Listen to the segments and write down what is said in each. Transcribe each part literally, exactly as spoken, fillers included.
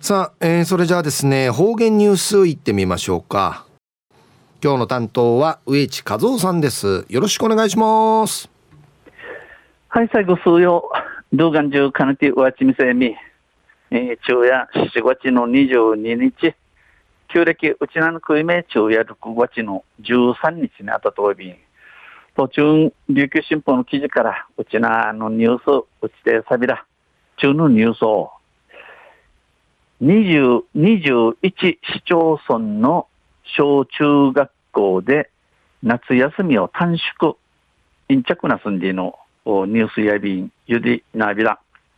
さあ、えー、それじゃあですね、方言ニュースいってみましょうか。今日の担当は植地和夫さんです。よろしくお願いします。 はい、最後数曜動画中かなてうわちみせみ、えー、昼夜しちがつのにじゅうににち、旧暦うちなのくいめ昼夜ろくがつのじゅうさんにちにあたとおび、途中琉球新報の記事からうちなのニュースうちてさびら中のニュースをにじゅう、にじゅういち市町村の小中学校で夏休みを短縮、陰着なすんでのニュースやびん、ゆでなびら。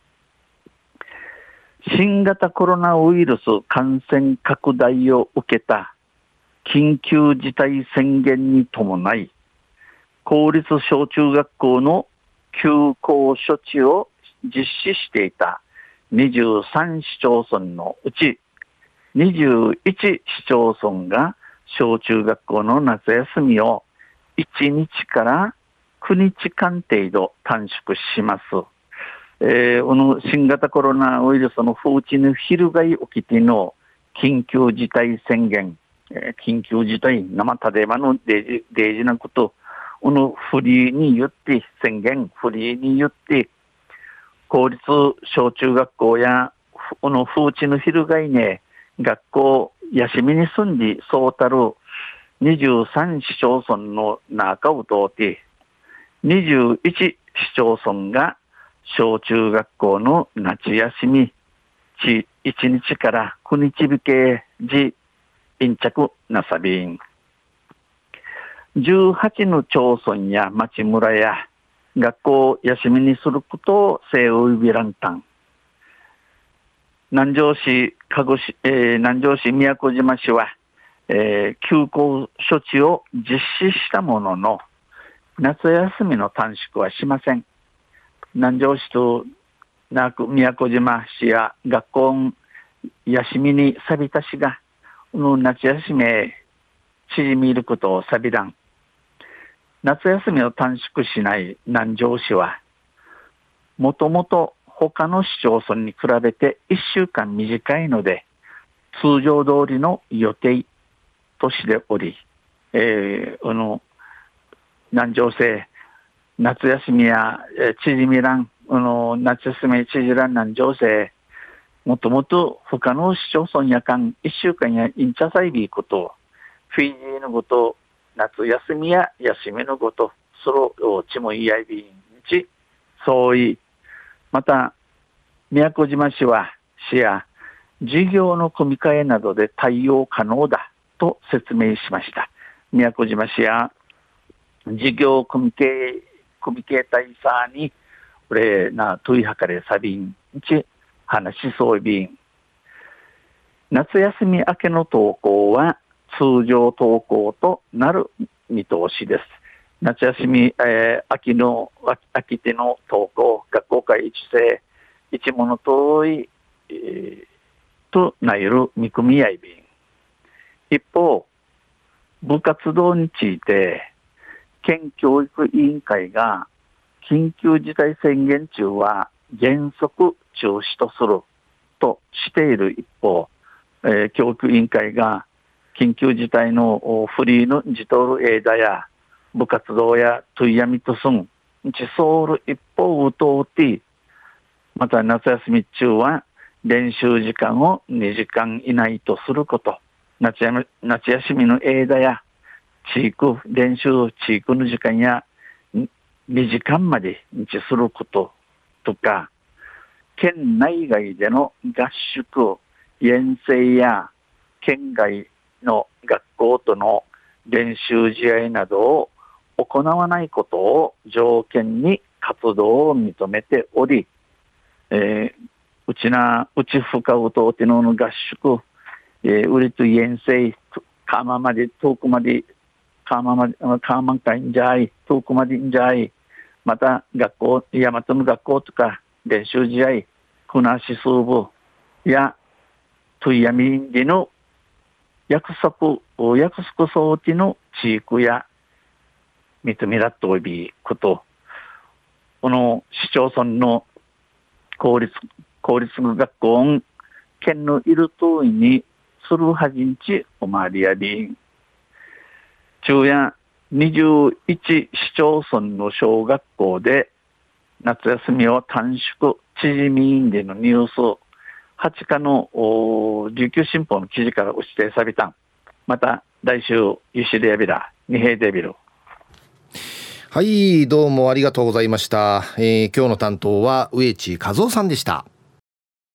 新型コロナウイルス感染拡大を受けた緊急事態宣言に伴い、公立小中学校の休校処置を実施していたにじゅうさん市町村のうち、にじゅういち市町村が小中学校の夏休みをいちにちからくにちかん程度短縮します。えー、この新型コロナウイルスの風知の翻り起きての緊急事態宣言、えー、緊急事態生たでまの大事なこと、このフリーに言って宣言、フリーに言って公立小中学校やこの風知の翻りね、学校休みに住んでそうたるにじゅうさん市町村の中を通ってにじゅういち市町村が小中学校の夏休みいちにちからくにちびけじ陰着なさびん。じゅうはちの町村や町村や学校を休みにすることを西欧ビランタン。南城市、鹿児市、えー、南城市、宮古島市は、えー、休校処置を実施したものの、夏休みの短縮はしません。南城市と宮古島市や学校休みにさびたしが、この夏休みへ縮みることをさびらん。夏休みを短縮しない南城市は、もともと他の市町村に比べていっしゅうかん短いので、通常通りの予定としており、えー、この南城市夏休みや縮みらん、あの夏休み縮らん南城市、もともと他の市町村やかんいっしゅうかんやインチャサイビーこと、フィジーのこと、夏休みや休みのこと、そのちもいやいびんち、そうい、また、宮古島市は市や事業の組み替えなどで対応可能だと説明しました。宮古島市や事業組み替え、組み替え大佐に、これな、問いはかれさびんち、話しそうびん。夏休み明けの登校は通常登校となる見通しです。夏休み、えー、秋の、秋手の登校、学校会一斉、一物遠い、えー、となゆる見組み合いびん。一方、部活動について、県教育委員会が緊急事態宣言中は原則中止とするとしている一方、えー、教育委員会が緊急事態のフリーの自動エーダや部活動やトゥイヤミとすん、チソール一方を通って、また夏休み中は練習時間をにじかん以内とすること、夏休み、夏休みの間や地域練習地域の時間やにじかんまで日することとか、県内外での合宿、遠征や県外の学校との練習試合などを行わないことを条件に活動を認めており、えー、うちな、うちふかうとうての合宿、えー、うりと遠征、かままで、遠くまで、かままで、かまんかいんじゃい、遠くまでんじゃい、また学校、大和の学校とか練習試合、ふなし数部や、トゥイヤミンでの約束、約束装置の地域や認めらっとおびこと、この市町村の公立、公立学校県のいるといにするはじんちおまわりやりん。昼夜にじゅういち市町村の小学校で夏休みを短縮縮みんでのニュースはちかの琉球新報の記事から打ちてさびたん。また来週ゆしりやびらにへいデビル。 はい、どうもありがとうございました。えー、今日の担当は植地和夫さんでした。